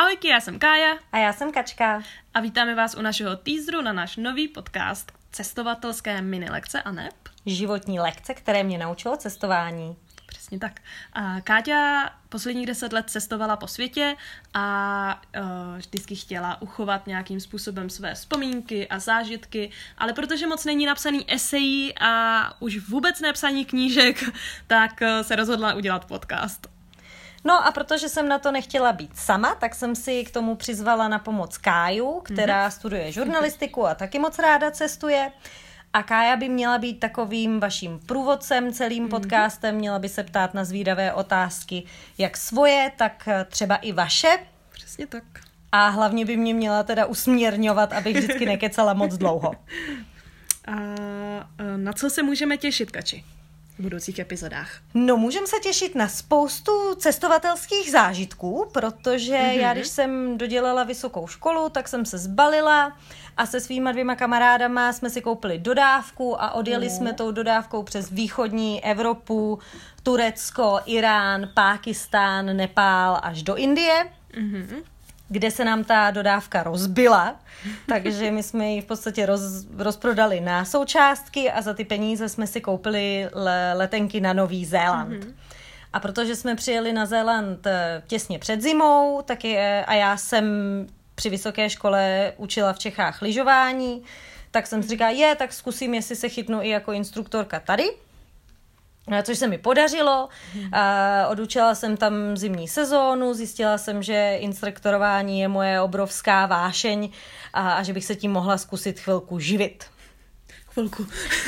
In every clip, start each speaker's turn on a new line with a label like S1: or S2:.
S1: Ahojky, já jsem Kája.
S2: A já jsem Kačka.
S1: A vítáme vás u našeho teaseru na náš nový podcast Cestovatelské mini lekce a neb
S2: Životní lekce, které mě naučilo cestování.
S1: Přesně tak. A Káťa posledních 10 let cestovala po světě a vždycky chtěla uchovat nějakým způsobem své vzpomínky a zážitky, ale protože moc není napsaný esejí a už vůbec nepsaní knížek, tak se rozhodla udělat podcast.
S2: No a protože jsem na to nechtěla být sama, tak jsem si k tomu přizvala na pomoc Káju, která studuje žurnalistiku a taky moc ráda cestuje. A Kája by měla být takovým vaším průvodcem celým podcastem, měla by se ptát na zvídavé otázky, jak svoje, tak třeba i vaše.
S1: Přesně tak.
S2: A hlavně by mě měla teda usměrňovat, abych vždycky nekecala moc dlouho.
S1: A na co se můžeme těšit, Kači, v budoucích epizodách?
S2: No, můžeme se těšit na spoustu cestovatelských zážitků, protože já, když jsem dodělala vysokou školu, tak jsem se zbalila a se svýma 2 kamarádama jsme si koupili dodávku a odjeli jsme tou dodávkou přes východní Evropu, Turecko, Irán, Pákistán, Nepál až do Indie. Kde se nám ta dodávka rozbila, takže my jsme ji v podstatě rozprodali na součástky a za ty peníze jsme si koupili letenky na Nový Zéland. A protože jsme přijeli na Zéland těsně před zimou, a já jsem při vysoké škole učila v Čechách lyžování, tak jsem si říkala, tak zkusím, jestli se chytnu i jako instruktorka tady. Což se mi podařilo, odučila jsem tam zimní sezónu, zjistila jsem, že instruktorování je moje obrovská vášeň a že bych se tím mohla zkusit chvilku živit.
S1: Chvilku.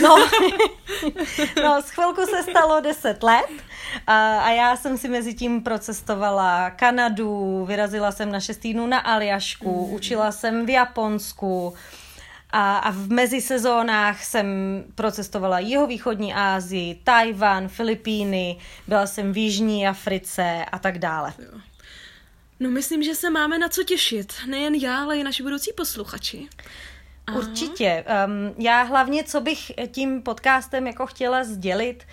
S2: No, z chvilku se stalo 10 let a já jsem si mezi tím procestovala Kanadu, vyrazila jsem na 6 týdnů na Aljašku, učila jsem v Japonsku, a v mezisezónách jsem procestovala jihovýchodní Asii, Tajvan, Filipíny, byla jsem v Jižní Africe a tak dále.
S1: No, myslím, že se máme na co těšit. Nejen já, ale i naši budoucí posluchači.
S2: Určitě. Já hlavně, co bych tím podcastem jako chtěla sdělit,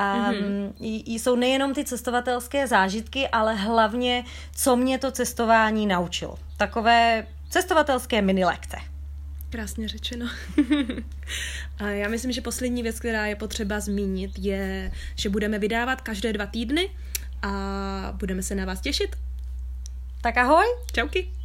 S2: jsou nejenom ty cestovatelské zážitky, ale hlavně, co mě to cestování naučilo. Takové cestovatelské mini lekce.
S1: Krásně řečeno. A já myslím, že poslední věc, která je potřeba zmínit, je, že budeme vydávat každé 2 týdny a budeme se na vás těšit.
S2: Tak ahoj.
S1: Čauky.